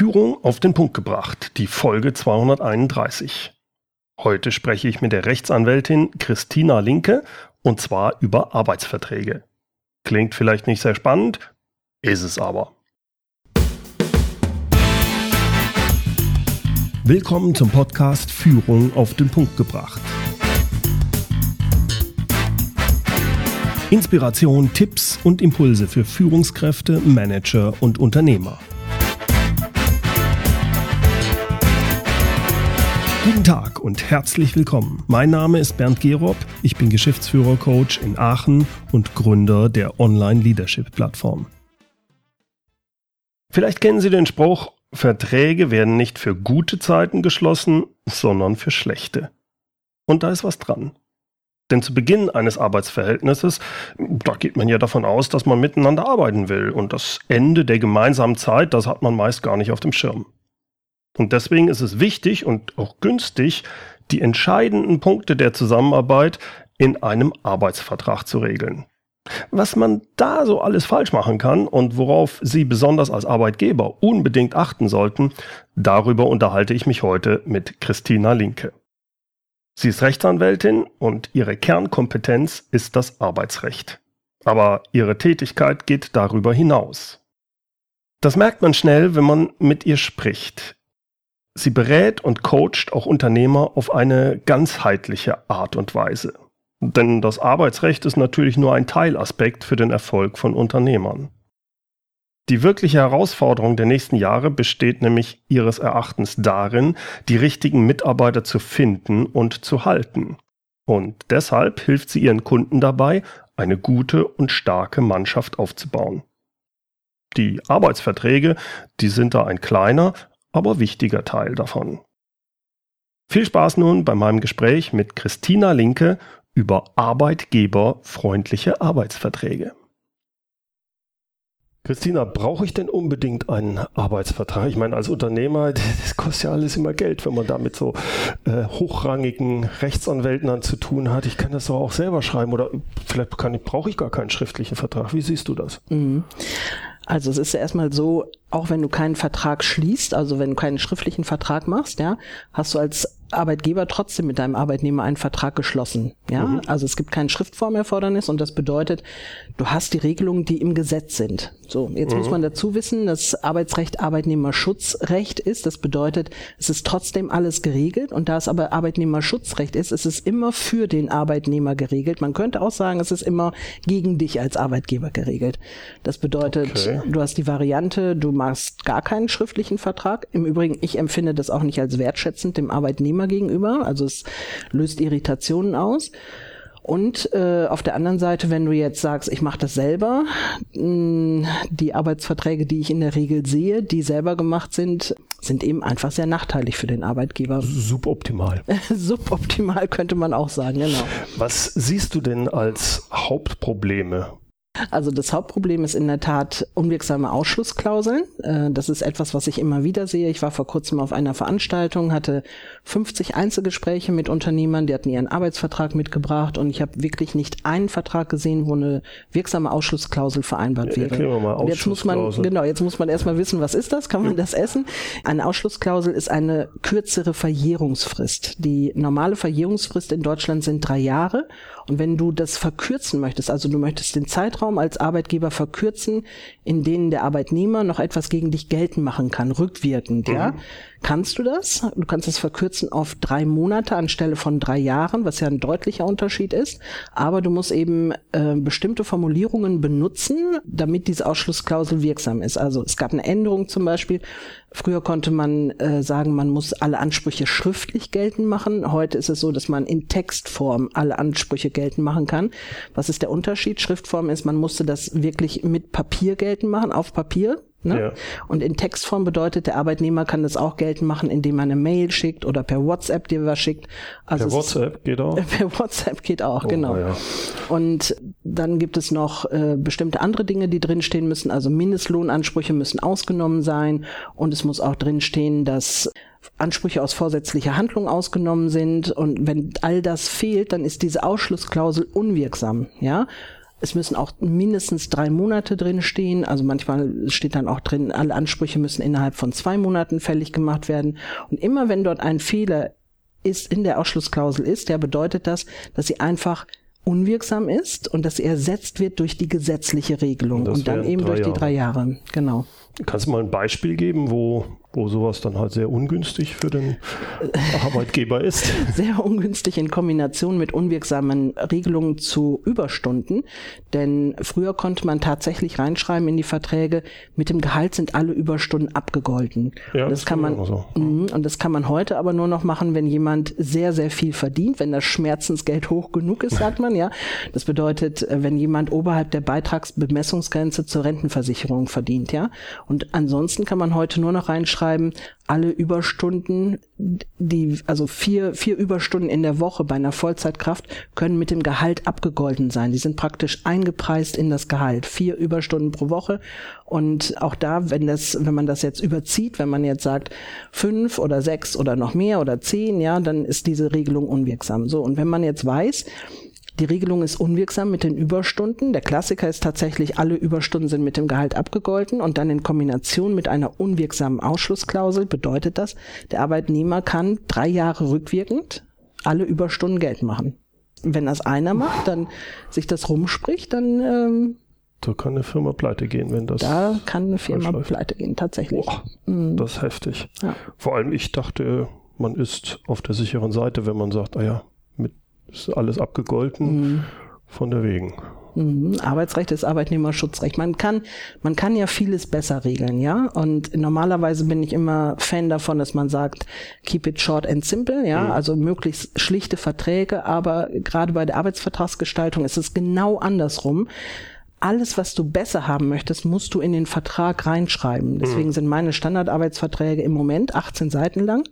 Führung auf den Punkt gebracht, die Folge 231. Heute spreche ich mit der Rechtsanwältin Christina Linke und zwar über Arbeitsverträge. Klingt vielleicht nicht sehr spannend, ist es aber. Willkommen zum Podcast Führung auf den Punkt gebracht. Inspiration, Tipps und Impulse für Führungskräfte, Manager und Unternehmer. Guten Tag und herzlich willkommen. Mein Name ist Bernd Gerob, ich bin Geschäftsführer-Coach in Aachen und Gründer der Online-Leadership-Plattform. Vielleicht kennen Sie den Spruch, Verträge werden nicht für gute Zeiten geschlossen, sondern für schlechte. Und da ist was dran. Denn zu Beginn eines Arbeitsverhältnisses, da geht man ja davon aus, dass man miteinander arbeiten will. Und das Ende der gemeinsamen Zeit, das hat man meist gar nicht auf dem Schirm. Und deswegen ist es wichtig und auch günstig, die entscheidenden Punkte der Zusammenarbeit in einem Arbeitsvertrag zu regeln. Was man da so alles falsch machen kann und worauf Sie besonders als Arbeitgeber unbedingt achten sollten, darüber unterhalte ich mich heute mit Christina Linke. Sie ist Rechtsanwältin und ihre Kernkompetenz ist das Arbeitsrecht. Aber ihre Tätigkeit geht darüber hinaus. Das merkt man schnell, wenn man mit ihr spricht. Sie berät und coacht auch Unternehmer auf eine ganzheitliche Art und Weise. Denn das Arbeitsrecht ist natürlich nur ein Teilaspekt für den Erfolg von Unternehmern. Die wirkliche Herausforderung der nächsten Jahre besteht nämlich ihres Erachtens darin, die richtigen Mitarbeiter zu finden und zu halten. Und deshalb hilft sie ihren Kunden dabei, eine gute und starke Mannschaft aufzubauen. Die Arbeitsverträge, die sind da ein kleiner, aber wichtiger Teil davon. Viel Spaß nun bei meinem Gespräch mit Christina Linke über arbeitgeberfreundliche Arbeitsverträge. Christina, brauche ich denn unbedingt einen Arbeitsvertrag? Ich meine, als Unternehmer, das kostet ja alles immer Geld, wenn man da mit so hochrangigen Rechtsanwälten dann zu tun hat. Ich kann das doch auch selber schreiben oder vielleicht brauche ich gar keinen schriftlichen Vertrag. Wie siehst du das? Also es ist ja erstmal so, auch wenn du keinen Vertrag schließt, also wenn du keinen schriftlichen Vertrag machst, ja, hast du als Arbeitgeber trotzdem mit deinem Arbeitnehmer einen Vertrag geschlossen, ja. Also es gibt kein Schriftformerfordernis und das bedeutet, du hast die Regelungen, die im Gesetz sind. So, jetzt muss man dazu wissen, dass Arbeitsrecht Arbeitnehmerschutzrecht ist. Das bedeutet, es ist trotzdem alles geregelt und da es aber Arbeitnehmerschutzrecht ist, ist es immer für den Arbeitnehmer geregelt. Man könnte auch sagen, es ist immer gegen dich als Arbeitgeber geregelt. Das bedeutet, Du hast die Variante, du machst gar keinen schriftlichen Vertrag. Im Übrigen, ich empfinde das auch nicht als wertschätzend dem Arbeitnehmer gegenüber. Also es löst Irritationen aus. Und auf der anderen Seite, wenn du jetzt sagst, ich mache das selber, die Arbeitsverträge, die ich in der Regel sehe, die selber gemacht sind, sind eben einfach sehr nachteilig für den Arbeitgeber. Suboptimal. Suboptimal könnte man auch sagen, genau. Was siehst du denn als Hauptprobleme? Also das Hauptproblem ist in der Tat unwirksame Ausschlussklauseln. Das ist etwas, was ich immer wieder sehe. Ich war vor kurzem auf einer Veranstaltung, hatte 50 Einzelgespräche mit Unternehmern, die hatten ihren Arbeitsvertrag mitgebracht und ich habe wirklich nicht einen Vertrag gesehen, wo eine wirksame Ausschlussklausel vereinbart wäre. Erklären wir mal Ausschlussklausel. Jetzt muss man erstmal wissen, was ist das? Kann man das essen? Eine Ausschlussklausel ist eine kürzere Verjährungsfrist. Die normale Verjährungsfrist in Deutschland sind 3 Jahre. Und wenn du das verkürzen möchtest, also du möchtest den Zeitraum als Arbeitgeber verkürzen, in denen der Arbeitnehmer noch etwas gegen dich geltend machen kann, rückwirkend, ja, kannst du das. Du kannst es verkürzen auf 3 Monate anstelle von 3 Jahren, was ja ein deutlicher Unterschied ist. Aber du musst eben bestimmte Formulierungen benutzen, damit diese Ausschlussklausel wirksam ist. Also es gab eine Änderung zum Beispiel. Früher konnte man sagen, man muss alle Ansprüche schriftlich geltend machen. Heute ist es so, dass man in Textform alle Ansprüche geltend machen kann. Was ist der Unterschied? Schriftform ist, man musste das wirklich mit Papier geltend machen, auf Papier. Ne? Ja. Und in Textform bedeutet, der Arbeitnehmer kann das auch geltend machen, indem er eine Mail schickt oder per WhatsApp dir was schickt. Also per WhatsApp geht auch? Per WhatsApp geht auch, genau. Ja. Und dann gibt es noch bestimmte andere Dinge, die drinstehen müssen. Also Mindestlohnansprüche müssen ausgenommen sein und es muss auch drinstehen, dass Ansprüche aus vorsätzlicher Handlung ausgenommen sind. Und wenn all das fehlt, dann ist diese Ausschlussklausel unwirksam, ja. Es müssen auch mindestens 3 Monate drin stehen. Also manchmal steht dann auch drin, alle Ansprüche müssen innerhalb von 2 Monaten fällig gemacht werden. Und immer wenn dort ein Fehler ist, in der Ausschlussklausel ist, ja, bedeutet das, dass sie einfach unwirksam ist und dass sie ersetzt wird durch die gesetzliche Regelung und dann eben durch die 3 Jahre. Genau. Kannst du mal ein Beispiel geben, wo sowas dann halt sehr ungünstig für den Arbeitgeber ist? Sehr ungünstig in Kombination mit unwirksamen Regelungen zu Überstunden. Denn früher konnte man tatsächlich reinschreiben in die Verträge, mit dem Gehalt sind alle Überstunden abgegolten. Ja, und das kann man so. Und das kann man heute aber nur noch machen, wenn jemand sehr, sehr viel verdient, wenn das Schmerzensgeld hoch genug ist, sagt man, ja. Das bedeutet, wenn jemand oberhalb der Beitragsbemessungsgrenze zur Rentenversicherung verdient, ja. Und ansonsten kann man heute nur noch reinschreiben, alle Überstunden, also 4 Überstunden in der Woche bei einer Vollzeitkraft können mit dem Gehalt abgegolten sein. Die sind praktisch eingepreist in das Gehalt. 4 Überstunden pro Woche. Und auch da, wenn man das jetzt überzieht, wenn man jetzt sagt 5 oder 6 oder noch mehr oder 10, ja, dann ist diese Regelung unwirksam. So. Und wenn man jetzt weiß, die Regelung ist unwirksam mit den Überstunden. Der Klassiker ist tatsächlich, alle Überstunden sind mit dem Gehalt abgegolten und dann in Kombination mit einer unwirksamen Ausschlussklausel bedeutet das, der Arbeitnehmer kann 3 Jahre rückwirkend alle Überstunden geltend machen. Wenn das einer macht, dann sich das rumspricht, dann da kann eine Firma pleite gehen, wenn das... Da kann eine Firma pleite gehen, tatsächlich. Boah, das ist heftig. Ja. Vor allem, ich dachte, man ist auf der sicheren Seite, wenn man sagt, ist alles abgegolten, von der wegen. Arbeitsrecht ist Arbeitnehmerschutzrecht. Man kann ja vieles besser regeln, ja. Und normalerweise bin ich immer Fan davon, dass man sagt, keep it short and simple, ja. Also möglichst schlichte Verträge. Aber gerade bei der Arbeitsvertragsgestaltung ist es genau andersrum. Alles, was du besser haben möchtest, musst du in den Vertrag reinschreiben. Deswegen sind meine Standardarbeitsverträge im Moment 18 Seiten lang.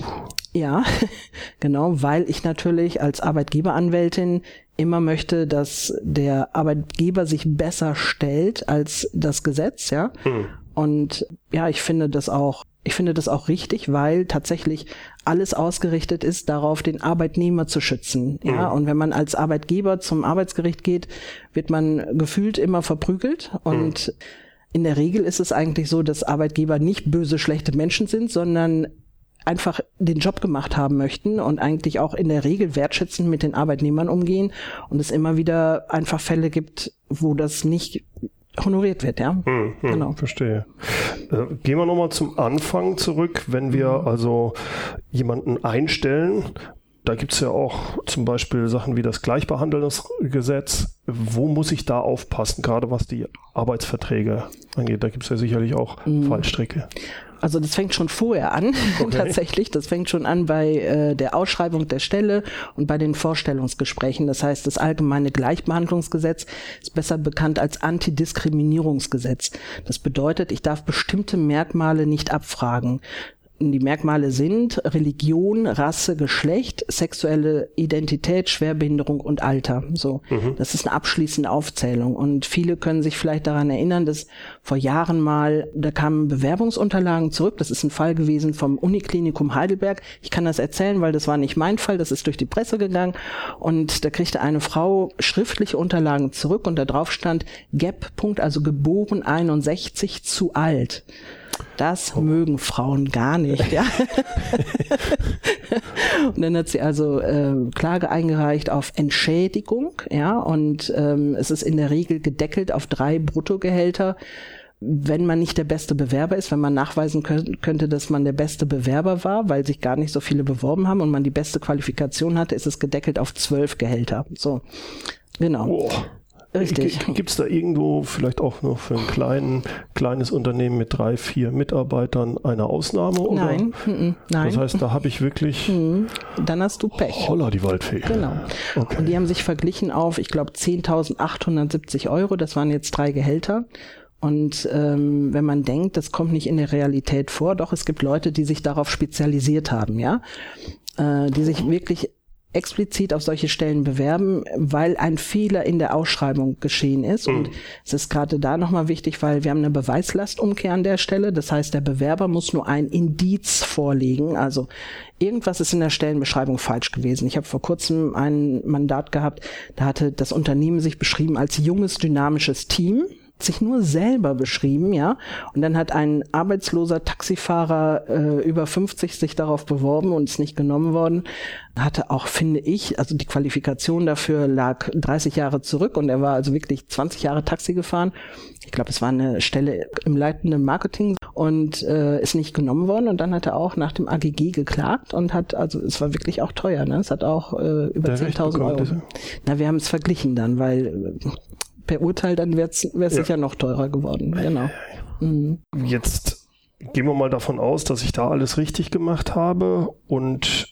Ja, genau, weil ich natürlich als Arbeitgeberanwältin immer möchte, dass der Arbeitgeber sich besser stellt als das Gesetz, ja. Und ja, ich finde das auch richtig, weil tatsächlich alles ausgerichtet ist, darauf den Arbeitnehmer zu schützen. Ja, und wenn man als Arbeitgeber zum Arbeitsgericht geht, wird man gefühlt immer verprügelt. Und in der Regel ist es eigentlich so, dass Arbeitgeber nicht böse, schlechte Menschen sind, sondern einfach den Job gemacht haben möchten und eigentlich auch in der Regel wertschätzend mit den Arbeitnehmern umgehen und es immer wieder einfach Fälle gibt, wo das nicht honoriert wird, ja. Genau. Verstehe. Gehen wir nochmal zum Anfang zurück, wenn wir also jemanden einstellen. Da gibt es ja auch zum Beispiel Sachen wie das Gleichbehandlungsgesetz. Wo muss ich da aufpassen, gerade was die Arbeitsverträge angeht? Da gibt es ja sicherlich auch Fallstricke. Also das fängt schon vorher an, tatsächlich. Das fängt schon an bei der Ausschreibung der Stelle und bei den Vorstellungsgesprächen. Das heißt, das allgemeine Gleichbehandlungsgesetz ist besser bekannt als Antidiskriminierungsgesetz. Das bedeutet, ich darf bestimmte Merkmale nicht abfragen. Die Merkmale sind Religion, Rasse, Geschlecht, sexuelle Identität, Schwerbehinderung und Alter. So, das ist eine abschließende Aufzählung. Und viele können sich vielleicht daran erinnern, dass vor Jahren mal, da kamen Bewerbungsunterlagen zurück. Das ist ein Fall gewesen vom Uniklinikum Heidelberg. Ich kann das erzählen, weil das war nicht mein Fall. Das ist durch die Presse gegangen. Und da kriegte eine Frau schriftliche Unterlagen zurück und da drauf stand Gap, Punkt, also geboren 61, zu alt. Das mögen Frauen gar nicht, ja. Und dann hat sie also Klage eingereicht auf Entschädigung, ja, und es ist in der Regel gedeckelt auf 3 Bruttogehälter, wenn man nicht der beste Bewerber ist, wenn man nachweisen könnte, dass man der beste Bewerber war, weil sich gar nicht so viele beworben haben und man die beste Qualifikation hatte, ist es gedeckelt auf 12 Gehälter. So, genau. Oh. Richtig. Gibt es da irgendwo vielleicht auch noch für ein kleines Unternehmen mit 3, 4 Mitarbeitern eine Ausnahme? Oder? Nein, nein. Das heißt, da habe ich wirklich... Dann hast du Pech. Holla die Waldfee. Genau. Okay. Und die haben sich verglichen auf, ich glaube, 10.870 €. Das waren jetzt 3 Gehälter. Und wenn man denkt, das kommt nicht in der Realität vor, doch es gibt Leute, die sich darauf spezialisiert haben, ja, die sich wirklich explizit auf solche Stellen bewerben, weil ein Fehler in der Ausschreibung geschehen ist. Und es ist gerade da nochmal wichtig, weil wir haben eine Beweislastumkehr an der Stelle. Das heißt, der Bewerber muss nur ein Indiz vorlegen. Also irgendwas ist in der Stellenbeschreibung falsch gewesen. Ich habe vor kurzem ein Mandat gehabt, da hatte das Unternehmen sich beschrieben als junges, dynamisches Team, sich nur selber beschrieben, ja. Und dann hat ein arbeitsloser Taxifahrer über 50 sich darauf beworben und ist nicht genommen worden. Hatte auch, finde ich, also die Qualifikation dafür lag 30 Jahre zurück und er war also wirklich 20 Jahre Taxi gefahren. Ich glaube, es war eine Stelle im leitenden Marketing und ist nicht genommen worden. Und dann hat er auch nach dem AGG geklagt und hat, also es war wirklich auch teuer, ne? Es hat auch über 10.000 Euro. Na, wir haben es verglichen dann, weil per Urteil, dann wäre es sicher noch teurer geworden. Genau. Jetzt gehen wir mal davon aus, dass ich da alles richtig gemacht habe und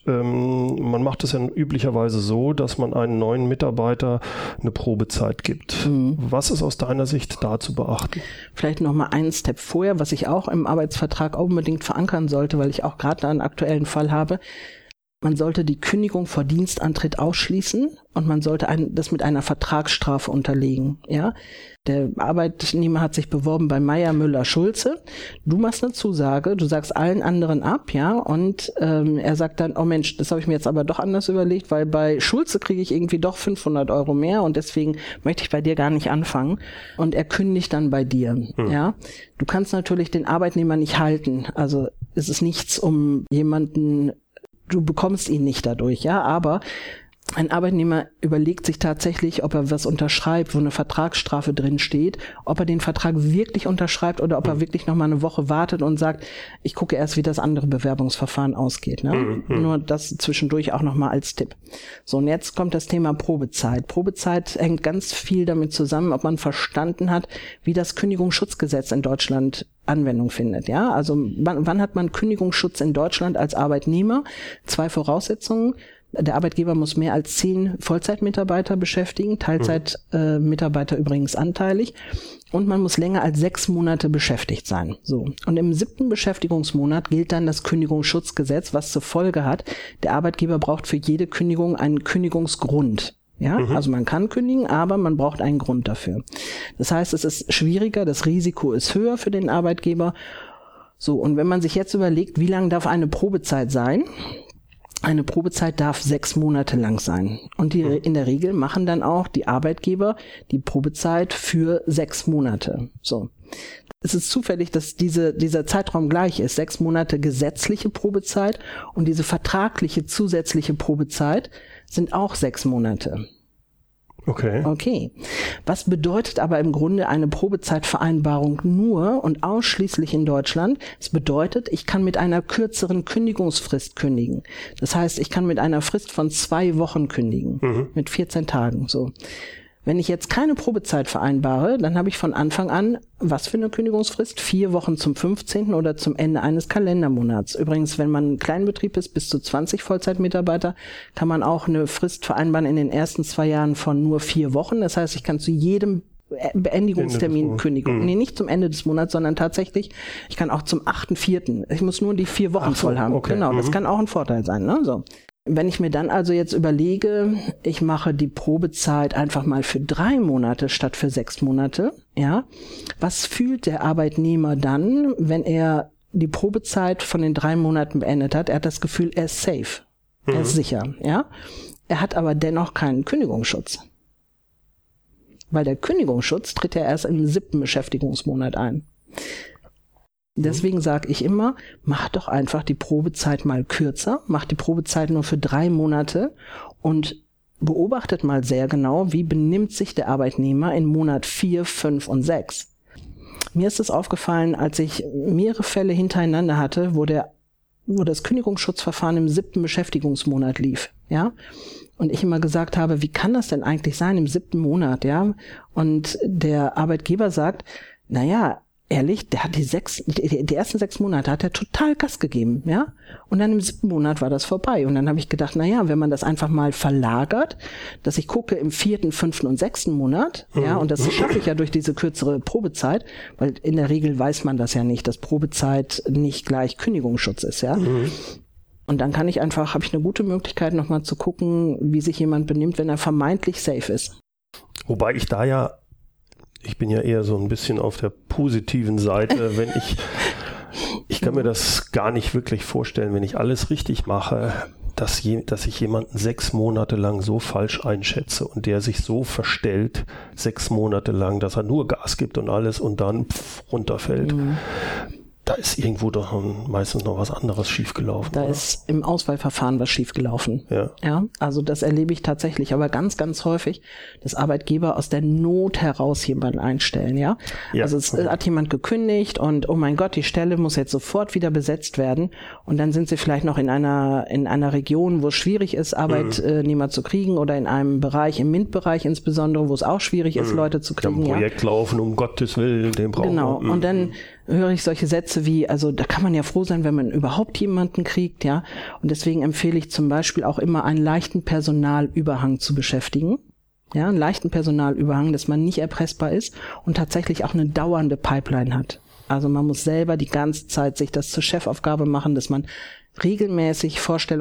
man macht es ja üblicherweise so, dass man einen neuen Mitarbeiter eine Probezeit gibt. Was ist aus deiner Sicht da zu beachten? Vielleicht noch mal einen Step vorher, was ich auch im Arbeitsvertrag unbedingt verankern sollte, weil ich auch gerade da einen aktuellen Fall habe. Man sollte die Kündigung vor Dienstantritt ausschließen und man sollte das mit einer Vertragsstrafe unterlegen. Ja, der Arbeitnehmer hat sich beworben bei Meier, Müller, Schulze. Du machst eine Zusage, du sagst allen anderen ab, ja, und er sagt dann, oh Mensch, das habe ich mir jetzt aber doch anders überlegt, weil bei Schulze kriege ich irgendwie doch 500 Euro mehr und deswegen möchte ich bei dir gar nicht anfangen. Und er kündigt dann bei dir. Ja, du kannst natürlich den Arbeitnehmer nicht halten. Also es ist nichts, um jemanden, du bekommst ihn nicht dadurch, ja, aber ein Arbeitnehmer überlegt sich tatsächlich, ob er was unterschreibt, wo eine Vertragsstrafe drin steht, ob er den Vertrag wirklich unterschreibt oder ob er wirklich noch mal eine Woche wartet und sagt, ich gucke erst, wie das andere Bewerbungsverfahren ausgeht. Ne? Nur das zwischendurch auch noch mal als Tipp. So, und jetzt kommt das Thema Probezeit. Probezeit hängt ganz viel damit zusammen, ob man verstanden hat, wie das Kündigungsschutzgesetz in Deutschland Anwendung findet. Ja, also wann hat man Kündigungsschutz in Deutschland als Arbeitnehmer? 2 Voraussetzungen. Der Arbeitgeber muss mehr als 10 Vollzeitmitarbeiter beschäftigen, Teilzeitmitarbeiter übrigens anteilig, und man muss länger als 6 Monate beschäftigt sein. So. Und im 7. Beschäftigungsmonat gilt dann das Kündigungsschutzgesetz, was zur Folge hat, der Arbeitgeber braucht für jede Kündigung einen Kündigungsgrund. Ja, also man kann kündigen, aber man braucht einen Grund dafür. Das heißt, es ist schwieriger, das Risiko ist höher für den Arbeitgeber. So, und wenn man sich jetzt überlegt, wie lang darf eine Probezeit sein? Eine Probezeit darf 6 Monate lang sein. Und in der Regel machen dann auch die Arbeitgeber die Probezeit für 6 Monate. So. Es ist zufällig, dass dieser Zeitraum gleich ist. 6 Monate gesetzliche Probezeit und diese vertragliche zusätzliche Probezeit sind auch 6 Monate. Okay. Was bedeutet aber im Grunde eine Probezeitvereinbarung nur und ausschließlich in Deutschland? Es bedeutet, ich kann mit einer kürzeren Kündigungsfrist kündigen. Das heißt, ich kann mit einer Frist von 2 Wochen kündigen, mit 14 Tagen, so. Wenn ich jetzt keine Probezeit vereinbare, dann habe ich von Anfang an, was für eine Kündigungsfrist? 4 Wochen zum 15. oder zum Ende eines Kalendermonats. Übrigens, wenn man ein Kleinbetrieb ist, bis zu 20 Vollzeitmitarbeiter, kann man auch eine Frist vereinbaren in den ersten 2 Jahren von nur 4 Wochen. Das heißt, ich kann zu jedem Beendigungstermin Kündigung. Nee, nicht zum Ende des Monats, sondern tatsächlich, ich kann auch zum 8.4. Ich muss nur die 4 Wochen voll haben. Okay. Genau, das kann auch ein Vorteil sein, ne? So. Wenn ich mir dann also jetzt überlege, ich mache die Probezeit einfach mal für 3 Monate statt für 6 Monate, ja, was fühlt der Arbeitnehmer dann, wenn er die Probezeit von den 3 Monaten beendet hat? Er hat das Gefühl, er ist safe, er ist sicher, ja. Er hat aber dennoch keinen Kündigungsschutz. Weil der Kündigungsschutz tritt ja erst im 7. Beschäftigungsmonat ein. Deswegen sage ich immer, mach doch einfach die Probezeit mal kürzer, mach die Probezeit nur für 3 Monate und beobachtet mal sehr genau, wie benimmt sich der Arbeitnehmer in Monat 4, 5 und 6. Mir ist es aufgefallen, als ich mehrere Fälle hintereinander hatte, wo das Kündigungsschutzverfahren im 7. Beschäftigungsmonat lief, ja. Und ich immer gesagt habe, wie kann das denn eigentlich sein im 7. Monat, ja? Und der Arbeitgeber sagt, naja, ehrlich, der hat die ersten 6 Monate hat er total Gas gegeben, ja. Und dann im 7. Monat war das vorbei. Und dann habe ich gedacht, naja, wenn man das einfach mal verlagert, dass ich gucke im 4., 5. und 6. Monat, ja, und das schaffe ich ja durch diese kürzere Probezeit, weil in der Regel weiß man das ja nicht, dass Probezeit nicht gleich Kündigungsschutz ist, ja. Und dann habe ich eine gute Möglichkeit, nochmal zu gucken, wie sich jemand benimmt, wenn er vermeintlich safe ist. Wobei ich bin ja eher so ein bisschen auf der positiven Seite, wenn ich kann mir das gar nicht wirklich vorstellen, wenn ich alles richtig mache, dass ich jemanden 6 Monate lang so falsch einschätze und der sich so verstellt, 6 Monate lang, dass er nur Gas gibt und alles und dann runterfällt. Mhm. Da ist irgendwo doch meistens noch was anderes schiefgelaufen. Da ist im Auswahlverfahren was schiefgelaufen. Ja, also das erlebe ich tatsächlich, aber ganz, ganz häufig, dass Arbeitgeber aus der Not heraus jemanden einstellen, ja. Also es hat jemand gekündigt und oh mein Gott, die Stelle muss jetzt sofort wieder besetzt werden und dann sind sie vielleicht noch in einer Region, wo es schwierig ist, Arbeitnehmer zu kriegen oder in einem Bereich, im MINT-Bereich insbesondere, wo es auch schwierig ist, Leute zu kriegen. Ein Projekt laufen, um Gottes Willen, den brauchen wir. Genau, und dann höre ich solche Sätze wie, also da kann man ja froh sein, wenn man überhaupt jemanden kriegt, ja. Und deswegen empfehle ich zum Beispiel auch immer einen leichten Personalüberhang zu beschäftigen. Ja, einen leichten Personalüberhang, dass man nicht erpressbar ist und tatsächlich auch eine dauernde Pipeline hat. Also man muss selber die ganze Zeit sich das zur Chefaufgabe machen, dass man regelmäßig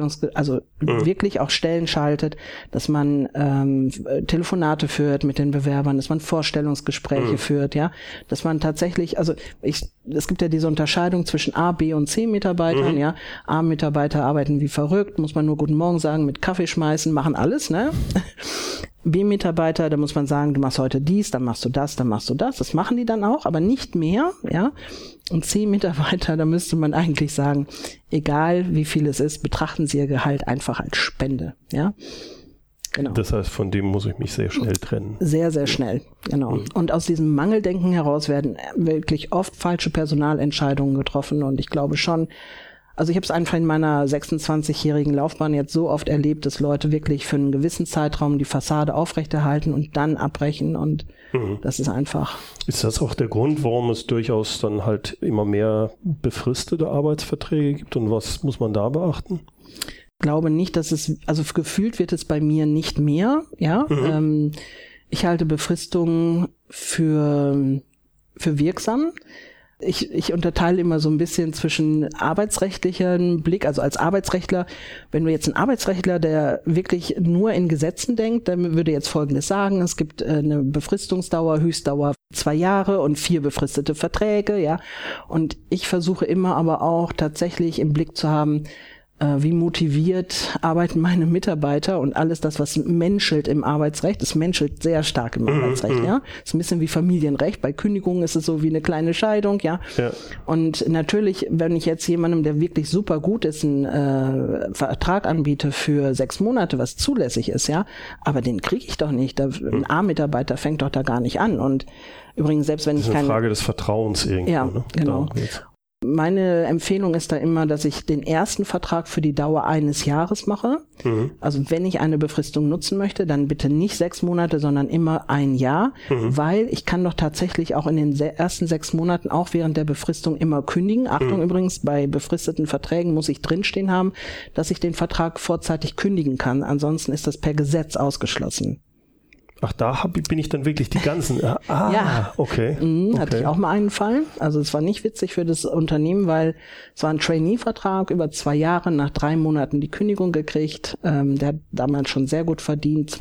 wirklich auch Stellen schaltet, dass man Telefonate führt mit den Bewerbern, dass man Vorstellungsgespräche führt, ja, dass man tatsächlich, es gibt ja diese Unterscheidung zwischen A, B und C Mitarbeitern, ja, A-Mitarbeiter arbeiten wie verrückt, muss man nur Guten Morgen sagen, mit Kaffee schmeißen, machen alles, ne? B-Mitarbeiter, da muss man sagen, du machst heute dies, dann machst du das, das machen die dann auch, aber nicht mehr, ja. Und C-Mitarbeiter, da müsste man eigentlich sagen, egal wie viel es ist, betrachten Sie Ihr Gehalt einfach als Spende, ja. Genau. Das heißt, von dem muss ich mich sehr schnell trennen. Sehr, sehr schnell, genau. Und aus diesem Mangeldenken heraus werden wirklich oft falsche Personalentscheidungen getroffen und ich glaube schon, also ich habe es einfach in meiner 26-jährigen Laufbahn jetzt so oft erlebt, dass Leute wirklich für einen gewissen Zeitraum die Fassade aufrechterhalten und dann abbrechen und das ist einfach. Ist das auch der Grund, warum es durchaus dann halt immer mehr befristete Arbeitsverträge gibt und was muss man da beachten? Ich glaube nicht, dass gefühlt wird es bei mir nicht mehr, ja. Ich halte Befristungen für wirksam. Ich unterteile immer so ein bisschen zwischen arbeitsrechtlichen Blick, also als Arbeitsrechtler, wenn du jetzt einen Arbeitsrechtler, der wirklich nur in Gesetzen denkt, dann würde jetzt Folgendes sagen, es gibt eine Befristungsdauer, Höchstdauer 2 Jahre und 4 befristete Verträge, ja. Und ich versuche immer aber auch tatsächlich im Blick zu haben, wie motiviert arbeiten meine Mitarbeiter und alles das, was menschelt im Arbeitsrecht, es menschelt sehr stark im Arbeitsrecht, ja. Ist ein bisschen wie Familienrecht. Bei Kündigungen ist es so wie eine kleine Scheidung, ja. Und natürlich, wenn ich jetzt jemandem, der wirklich super gut ist, einen Vertrag anbiete für 6 Monate, was zulässig ist, ja, aber den kriege ich doch nicht. Ein A-Mitarbeiter fängt doch da gar nicht an. Und übrigens, selbst wenn ich keine... Das ist eine Frage des Vertrauens irgendwie. Ja, ne? Genau. Meine Empfehlung ist da immer, dass ich den ersten Vertrag für die Dauer eines Jahres mache. Also wenn ich eine Befristung nutzen möchte, dann bitte nicht 6 Monate, sondern immer 1 Jahr, weil ich kann doch tatsächlich auch in den ersten 6 Monaten auch während der Befristung immer kündigen. Achtung übrigens, bei befristeten Verträgen muss ich drinstehen haben, dass ich den Vertrag vorzeitig kündigen kann. Ansonsten ist das per Gesetz ausgeschlossen. Ach, bin ich dann wirklich die ganzen... ja, okay. Hatte ich auch mal einen Fall. Also es war nicht witzig für das Unternehmen, weil es war ein Trainee-Vertrag über 2 Jahre, nach 3 Monaten die Kündigung gekriegt. Der hat damals schon sehr gut verdient,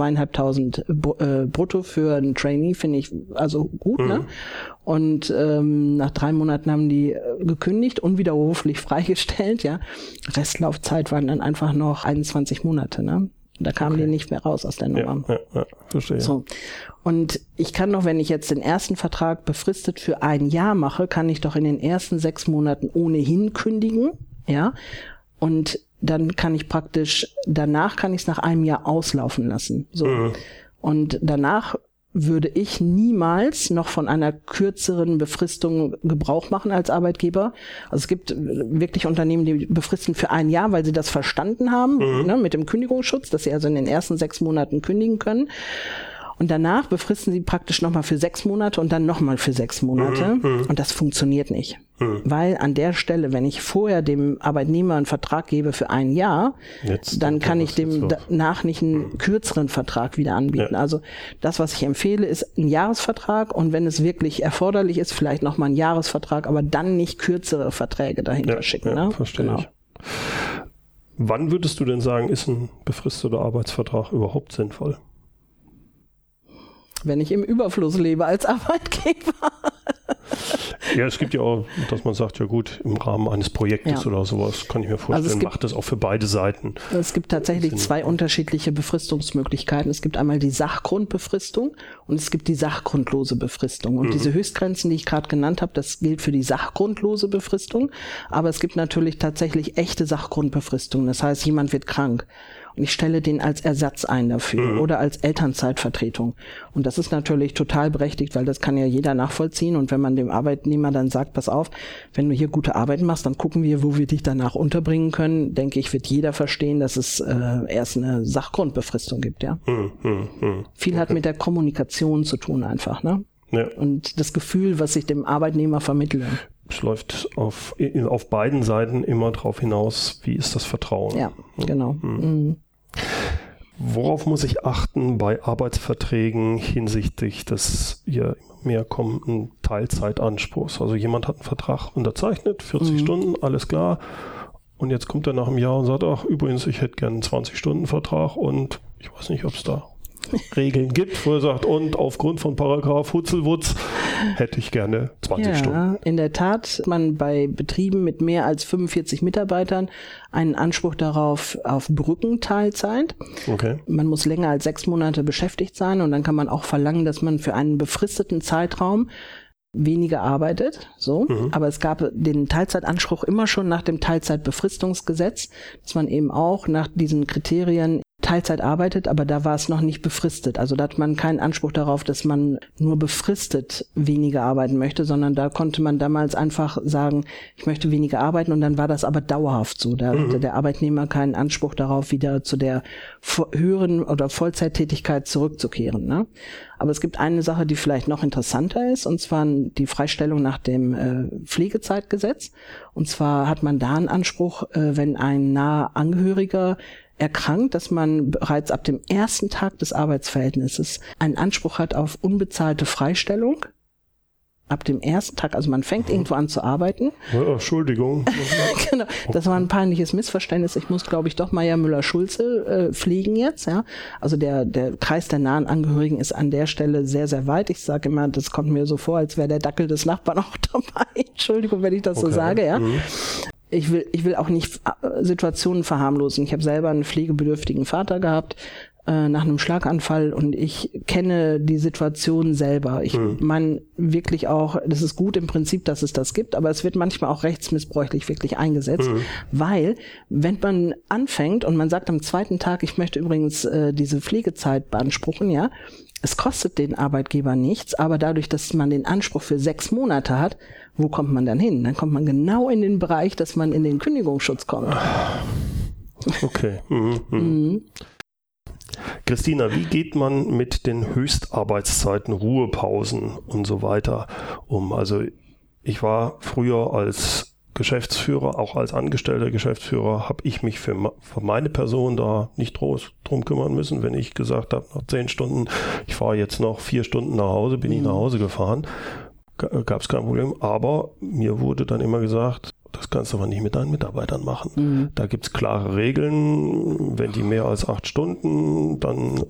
2.500 brutto für einen Trainee, finde ich also gut, ne? Und nach 3 Monaten haben die gekündigt, unwiderruflich freigestellt, ja. Restlaufzeit waren dann einfach noch 21 Monate, ne? Da kamen die nicht mehr raus aus der Nummer. Ja, verstehe. So. Und ich kann doch, wenn ich jetzt den ersten Vertrag befristet für 1 Jahr mache, kann ich doch in den ersten 6 Monaten ohnehin kündigen, ja. Und dann kann ich danach kann ich es nach 1 Jahr auslaufen lassen. So. Und danach würde ich niemals noch von einer kürzeren Befristung Gebrauch machen als Arbeitgeber. Also es gibt wirklich Unternehmen, die befristen für 1 Jahr, weil sie das verstanden haben, ne, mit dem Kündigungsschutz, dass sie also in den ersten 6 Monaten kündigen können. Und danach befristen sie praktisch nochmal für 6 Monate und dann nochmal für 6 Monate. Und das funktioniert nicht. Weil an der Stelle, wenn ich vorher dem Arbeitnehmer einen Vertrag gebe für 1 Jahr, dann kann ich dem danach nicht einen kürzeren Vertrag wieder anbieten. Ja. Also das, was ich empfehle, ist ein Jahresvertrag und wenn es wirklich erforderlich ist, vielleicht nochmal ein Jahresvertrag, aber dann nicht kürzere Verträge dahinter schicken. Ja, ne? Verstehe ich. Wann würdest du denn sagen, ist ein befristeter Arbeitsvertrag überhaupt sinnvoll? Wenn ich im Überfluss lebe als Arbeitgeber. Ja, es gibt ja auch, dass man sagt, ja gut, im Rahmen eines Projektes oder sowas, kann ich mir vorstellen, macht das auch für beide Seiten. Es gibt tatsächlich zwei unterschiedliche Befristungsmöglichkeiten. Es gibt einmal die Sachgrundbefristung und es gibt die sachgrundlose Befristung. Und diese Höchstgrenzen, die ich gerade genannt habe, das gilt für die sachgrundlose Befristung. Aber es gibt natürlich tatsächlich echte Sachgrundbefristungen. Das heißt, jemand wird krank. Und ich stelle den als Ersatz ein dafür oder als Elternzeitvertretung. Und das ist natürlich total berechtigt, weil das kann ja jeder nachvollziehen. Und wenn man dem Arbeitnehmer dann sagt, pass auf, wenn du hier gute Arbeit machst, dann gucken wir, wo wir dich danach unterbringen können, denke ich, wird jeder verstehen, dass es erst eine Sachgrundbefristung gibt. Ja. Viel hat mit der Kommunikation zu tun einfach, ne? Ja. Und das Gefühl, was ich dem Arbeitnehmer vermittle. Es läuft auf beiden Seiten immer drauf hinaus, wie ist das Vertrauen. Ja, genau. Worauf muss ich achten bei Arbeitsverträgen hinsichtlich des hier mehr kommenden Teilzeitanspruchs? Also jemand hat einen Vertrag unterzeichnet, 40 Stunden, alles klar. Und jetzt kommt er nach einem Jahr und sagt, ach übrigens, ich hätte gerne einen 20-Stunden-Vertrag und ich weiß nicht, ob es da Regeln gibt, wo er sagt, und aufgrund von Paragraph Hutzelwutz hätte ich gerne 20 Stunden. In der Tat, man bei Betrieben mit mehr als 45 Mitarbeitern einen Anspruch darauf auf Brückenteilzeit. Okay. Man muss länger als 6 Monate beschäftigt sein und dann kann man auch verlangen, dass man für einen befristeten Zeitraum weniger arbeitet, so. Aber es gab den Teilzeitanspruch immer schon nach dem Teilzeitbefristungsgesetz, dass man eben auch nach diesen Kriterien Teilzeit arbeitet, aber da war es noch nicht befristet. Also da hat man keinen Anspruch darauf, dass man nur befristet weniger arbeiten möchte, sondern da konnte man damals einfach sagen, ich möchte weniger arbeiten und dann war das aber dauerhaft so. Da hatte der Arbeitnehmer keinen Anspruch darauf, wieder zu der höheren oder Vollzeittätigkeit zurückzukehren, ne? Aber es gibt eine Sache, die vielleicht noch interessanter ist, und zwar die Freistellung nach dem Pflegezeitgesetz. Und zwar hat man da einen Anspruch, wenn ein naher Angehöriger erkrankt, dass man bereits ab dem ersten Tag des Arbeitsverhältnisses einen Anspruch hat auf unbezahlte Freistellung. Ab dem ersten Tag, also man fängt irgendwo an zu arbeiten. Ja, Entschuldigung. Genau, das war ein peinliches Missverständnis. Ich muss, glaube ich, doch Meier Müller-Schulze pflegen jetzt. Ja, also der Kreis der nahen Angehörigen ist an der Stelle sehr, sehr weit. Ich sage immer, das kommt mir so vor, als wäre der Dackel des Nachbarn auch dabei. Entschuldigung, wenn ich das so sage. Ja. Ich will auch nicht Situationen verharmlosen. Ich habe selber einen pflegebedürftigen Vater gehabt nach einem Schlaganfall und ich kenne die Situation selber. Ich meine wirklich auch, das ist gut im Prinzip, dass es das gibt, aber es wird manchmal auch rechtsmissbräuchlich wirklich eingesetzt, weil wenn man anfängt und man sagt am zweiten Tag, ich möchte übrigens diese Pflegezeit beanspruchen, ja, es kostet den Arbeitgeber nichts, aber dadurch, dass man den Anspruch für 6 Monate hat, wo kommt man dann hin? Dann kommt man genau in den Bereich, dass man in den Kündigungsschutz kommt. Okay. Christina, wie geht man mit den Höchstarbeitszeiten, Ruhepausen und so weiter um? Also ich war früher als Geschäftsführer, auch als angestellter Geschäftsführer, habe ich mich für meine Person da nicht drum kümmern müssen. Wenn ich gesagt habe, nach 10 Stunden, ich fahre jetzt noch 4 Stunden nach Hause, bin ich nach Hause gefahren, gab es kein Problem. Aber mir wurde dann immer gesagt, das kannst du aber nicht mit deinen Mitarbeitern machen. Da gibt es klare Regeln. Wenn die mehr als 8 Stunden, dann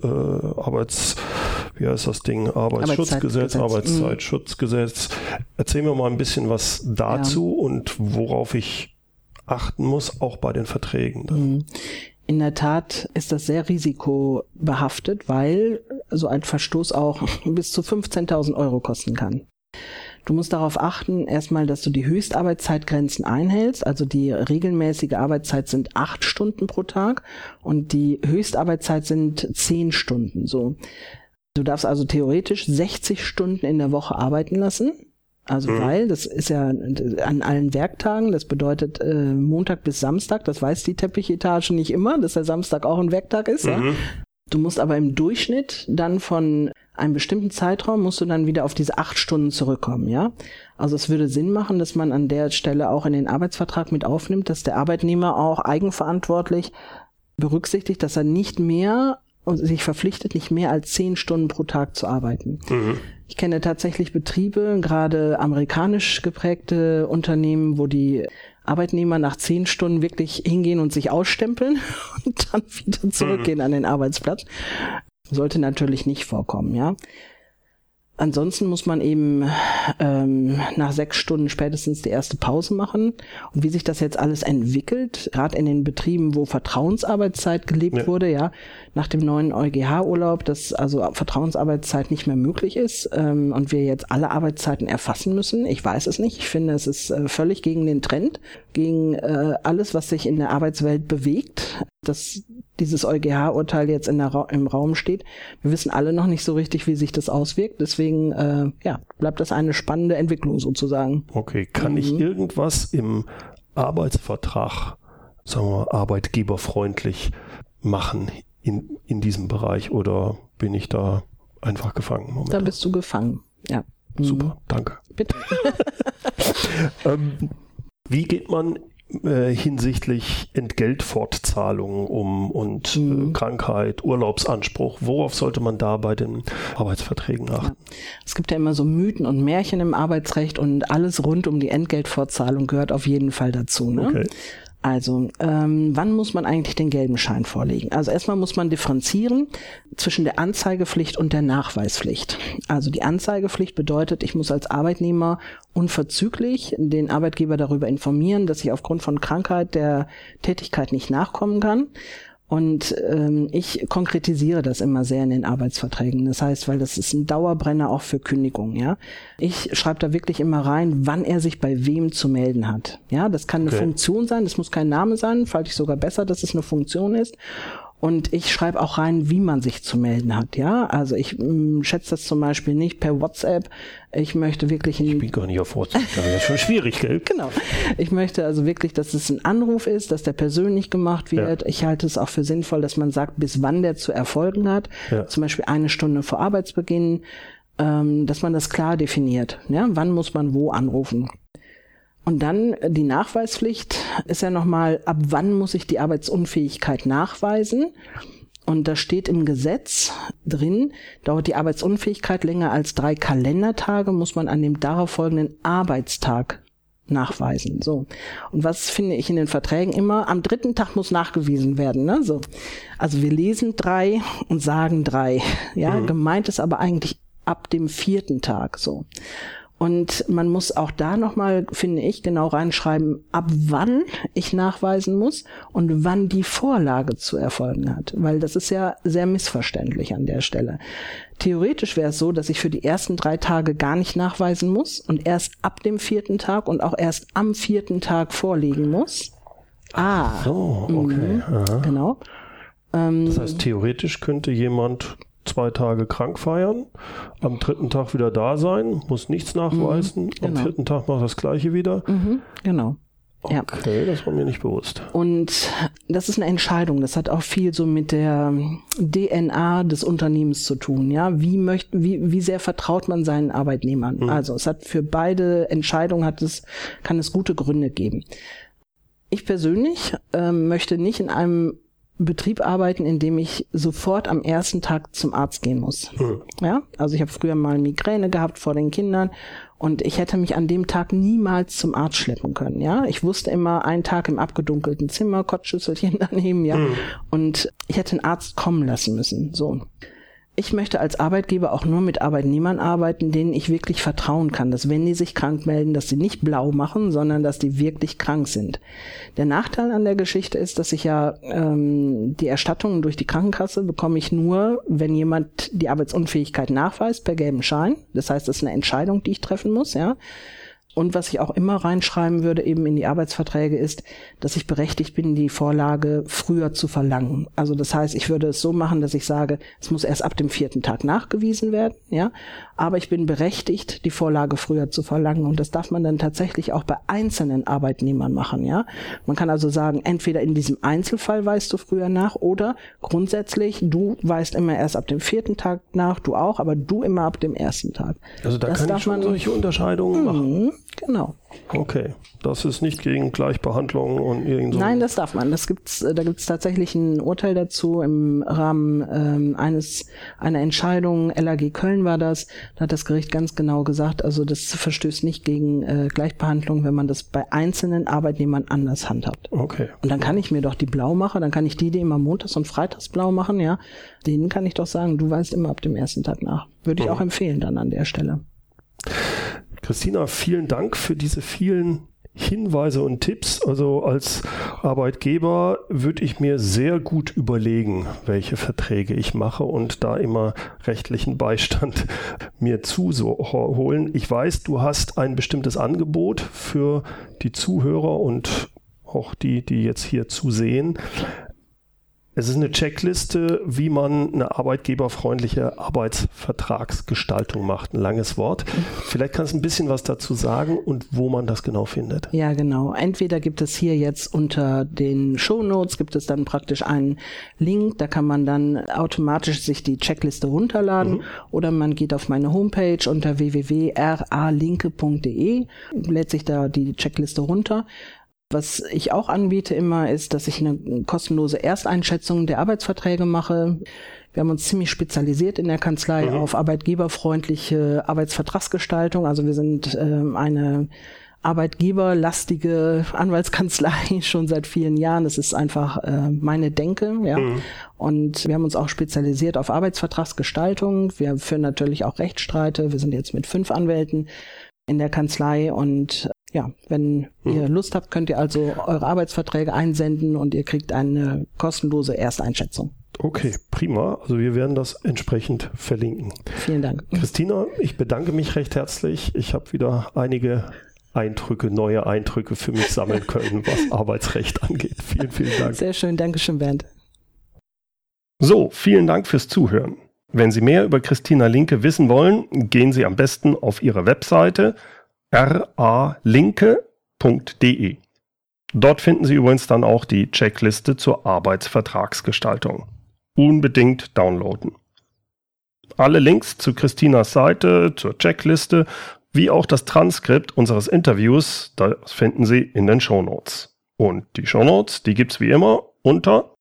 Arbeitsschutzgesetz, Arbeitszeitschutzgesetz. Erzähl mir mal ein bisschen was dazu und worauf ich achten muss, auch bei den Verträgen dann. In der Tat ist das sehr risikobehaftet, weil so ein Verstoß auch bis zu 15.000 Euro kosten kann. Du musst darauf achten, erstmal, dass du die Höchstarbeitszeitgrenzen einhältst. Also die regelmäßige Arbeitszeit sind 8 Stunden pro Tag und die Höchstarbeitszeit sind 10 Stunden. So. Du darfst also theoretisch 60 Stunden in der Woche arbeiten lassen. Also weil, das ist ja an allen Werktagen, das bedeutet Montag bis Samstag, das weiß die Teppichetage nicht immer, dass der Samstag auch ein Werktag ist. Ja? Du musst aber im Durchschnitt dann von einem bestimmten Zeitraum musst du dann wieder auf diese 8 Stunden zurückkommen, ja. Also es würde Sinn machen, dass man an der Stelle auch in den Arbeitsvertrag mit aufnimmt, dass der Arbeitnehmer auch eigenverantwortlich berücksichtigt, dass er nicht mehr und sich verpflichtet, nicht mehr als 10 Stunden pro Tag zu arbeiten. Ich kenne tatsächlich Betriebe, gerade amerikanisch geprägte Unternehmen, wo die Arbeitnehmer nach 10 Stunden wirklich hingehen und sich ausstempeln und dann wieder zurückgehen an den Arbeitsplatz. Sollte natürlich nicht vorkommen, ja. Ansonsten muss man eben nach 6 Stunden spätestens die erste Pause machen. Und wie sich das jetzt alles entwickelt, gerade in den Betrieben, wo Vertrauensarbeitszeit gelebt wurde, ja, nach dem neuen EuGH-Urlaub, dass also Vertrauensarbeitszeit nicht mehr möglich ist und wir jetzt alle Arbeitszeiten erfassen müssen. Ich weiß es nicht. Ich finde, es ist völlig gegen den Trend, gegen alles, was sich in der Arbeitswelt bewegt, dass dieses EuGH-Urteil jetzt im Raum steht. Wir wissen alle noch nicht so richtig, wie sich das auswirkt. Deswegen bleibt das eine spannende Entwicklung sozusagen. Okay, kann ich irgendwas im Arbeitsvertrag, sagen wir mal, arbeitgeberfreundlich machen in diesem Bereich oder bin ich da einfach gefangen? Da bist du gefangen, ja. Super, danke. Bitte. Wie geht man hinsichtlich Entgeltfortzahlung und Krankheit, Urlaubsanspruch? Worauf sollte man da bei den Arbeitsverträgen achten? Ja. Es gibt ja immer so Mythen und Märchen im Arbeitsrecht und alles rund um die Entgeltfortzahlung gehört auf jeden Fall dazu. Ne? Okay. Also, wann muss man eigentlich den gelben Schein vorlegen? Also erstmal muss man differenzieren zwischen der Anzeigepflicht und der Nachweispflicht. Also die Anzeigepflicht bedeutet, ich muss als Arbeitnehmer unverzüglich den Arbeitgeber darüber informieren, dass ich aufgrund von Krankheit der Tätigkeit nicht nachkommen kann. Und ich konkretisiere das immer sehr in den Arbeitsverträgen. Das heißt, weil das ist ein Dauerbrenner auch für Kündigungen. Ja, ich schreibe da wirklich immer rein, wann er sich bei wem zu melden hat. Ja, das kann eine Funktion sein, das muss kein Name sein. Fand ich sogar besser, dass es eine Funktion ist. Und ich schreibe auch rein, wie man sich zu melden hat. Ja, also ich schätze das zum Beispiel nicht per WhatsApp. Ich möchte wirklich... Ich bin gar nicht auf WhatsApp, das wäre schon schwierig, gell? Genau. Ich möchte also wirklich, dass es ein Anruf ist, dass der persönlich gemacht wird. Ja. Ich halte es auch für sinnvoll, dass man sagt, bis wann der zu erfolgen hat. Ja. Zum Beispiel 1 Stunde vor Arbeitsbeginn, dass man das klar definiert. Ja, wann muss man wo anrufen? Und dann die Nachweispflicht ist ja nochmal, ab wann muss ich die Arbeitsunfähigkeit nachweisen? Und da steht im Gesetz drin, dauert die Arbeitsunfähigkeit länger als 3 Kalendertage, muss man an dem darauffolgenden Arbeitstag nachweisen. So. Und was finde ich in den Verträgen immer? Am 3. Tag muss nachgewiesen werden. Ne? So. Also wir lesen 3 und sagen 3. Ja, gemeint ist aber eigentlich ab dem 4. Tag. So. Und man muss auch da nochmal, finde ich, genau reinschreiben, ab wann ich nachweisen muss und wann die Vorlage zu erfolgen hat. Weil das ist ja sehr missverständlich an der Stelle. Theoretisch wäre es so, dass ich für die ersten 3 Tage gar nicht nachweisen muss und erst ab dem 4. Tag und auch erst am 4. Tag vorlegen muss. Ach so, okay. Genau. Das heißt, theoretisch könnte jemand 2 Tage krank feiern, am 3. Tag wieder da sein, muss nichts nachweisen, am 4. Tag macht das Gleiche wieder. Genau. Okay, das war mir nicht bewusst. Und das ist eine Entscheidung, das hat auch viel so mit der DNA des Unternehmens zu tun. Ja, wie sehr vertraut man seinen Arbeitnehmern? Also es hat für beide Entscheidungen kann es gute Gründe geben. Ich persönlich möchte nicht in einem Betrieb arbeiten, in dem ich sofort am ersten Tag zum Arzt gehen muss. Ja, also ich habe früher mal Migräne gehabt vor den Kindern und ich hätte mich an dem Tag niemals zum Arzt schleppen können. Ja, ich wusste immer, einen Tag im abgedunkelten Zimmer, Kotzschüsselchen daneben, ja, und ich hätte einen Arzt kommen lassen müssen. So. Ich möchte als Arbeitgeber auch nur mit Arbeitnehmern arbeiten, denen ich wirklich vertrauen kann, dass wenn die sich krank melden, dass sie nicht blau machen, sondern dass die wirklich krank sind. Der Nachteil an der Geschichte ist, dass ich ja die Erstattungen durch die Krankenkasse bekomme ich nur, wenn jemand die Arbeitsunfähigkeit nachweist per gelbem Schein. Das heißt, das ist eine Entscheidung, die ich treffen muss, ja. Und was ich auch immer reinschreiben würde, eben in die Arbeitsverträge, ist, dass ich berechtigt bin, die Vorlage früher zu verlangen. Also das heißt, ich würde es so machen, dass ich sage, es muss erst ab dem 4. Tag nachgewiesen werden, ja. Aber ich bin berechtigt, die Vorlage früher zu verlangen. Und das darf man dann tatsächlich auch bei einzelnen Arbeitnehmern machen, ja. Man kann also sagen, entweder in diesem Einzelfall weist du früher nach oder grundsätzlich, du weist immer erst ab dem 4. Tag nach, du auch, aber du immer ab dem 1. Tag. Also da kann ich schon solche Unterscheidungen machen. Genau. Okay, das ist nicht gegen Gleichbehandlung und irgend so. Nein, das darf man. Da gibt's tatsächlich ein Urteil dazu im Rahmen einer Entscheidung. LAG Köln war das. Da hat das Gericht ganz genau gesagt, also das verstößt nicht gegen Gleichbehandlung, wenn man das bei einzelnen Arbeitnehmern anders handhabt. Okay. Und dann kann ich mir doch die blau machen, dann kann ich die immer montags und freitags blau machen, ja. Denen kann ich doch sagen, du weißt immer ab dem ersten Tag nach. Würde ich auch empfehlen dann an der Stelle. Christina, vielen Dank für diese vielen Hinweise und Tipps. Also als Arbeitgeber würde ich mir sehr gut überlegen, welche Verträge ich mache und da immer rechtlichen Beistand mir holen. Ich weiß, du hast ein bestimmtes Angebot für die Zuhörer und auch die jetzt hier zusehen. Es ist eine Checkliste, wie man eine arbeitgeberfreundliche Arbeitsvertragsgestaltung macht. Ein langes Wort. Vielleicht kannst du ein bisschen was dazu sagen und wo man das genau findet. Ja, genau. Entweder gibt es hier jetzt unter den Shownotes gibt es dann praktisch einen Link, da kann man dann automatisch sich die Checkliste runterladen oder man geht auf meine Homepage unter www.ralinke.de, lädt sich da die Checkliste runter. Was ich auch anbiete immer ist, dass ich eine kostenlose Ersteinschätzung der Arbeitsverträge mache. Wir haben uns ziemlich spezialisiert in der Kanzlei auf arbeitgeberfreundliche Arbeitsvertragsgestaltung. Also wir sind eine arbeitgeberlastige Anwaltskanzlei schon seit vielen Jahren. Das ist einfach meine Denke. Ja. Und wir haben uns auch spezialisiert auf Arbeitsvertragsgestaltung. Wir führen natürlich auch Rechtsstreite. Wir sind jetzt mit 5 Anwälten in der Kanzlei und ja, wenn ihr Lust habt, könnt ihr also eure Arbeitsverträge einsenden und ihr kriegt eine kostenlose Ersteinschätzung. Okay, prima. Also wir werden das entsprechend verlinken. Vielen Dank. Christina, ich bedanke mich recht herzlich. Ich habe wieder einige neue Eindrücke für mich sammeln können, was Arbeitsrecht angeht. Vielen, vielen Dank. Sehr schön, Dankeschön, Bernd. So, vielen Dank fürs Zuhören. Wenn Sie mehr über Christina Linke wissen wollen, gehen Sie am besten auf ihre Webseite ralinke.de. Dort finden Sie übrigens dann auch die Checkliste zur Arbeitsvertragsgestaltung. Unbedingt downloaden. Alle Links zu Christinas Seite, zur Checkliste, wie auch das Transkript unseres Interviews, das finden Sie in den Shownotes. Und die Shownotes, die gibt's wie immer unter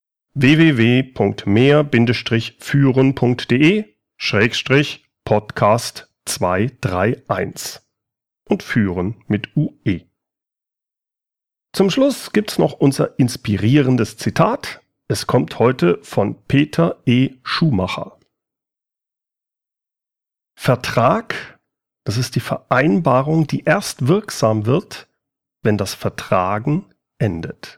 www.mehr-führen.de/podcast 231 und führen mit UE. Zum Schluss gibt's noch unser inspirierendes Zitat. Es kommt heute von Peter E. Schumacher. Vertrag, das ist die Vereinbarung, die erst wirksam wird, wenn das Vertragen endet.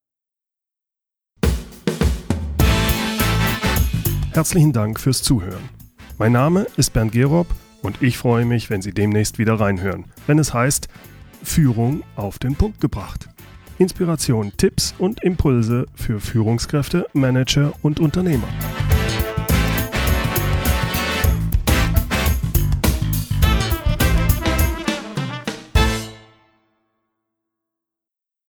Herzlichen Dank fürs Zuhören. Mein Name ist Bernd Gerob und ich freue mich, wenn Sie demnächst wieder reinhören, wenn es heißt Führung auf den Punkt gebracht. Inspiration, Tipps und Impulse für Führungskräfte, Manager und Unternehmer.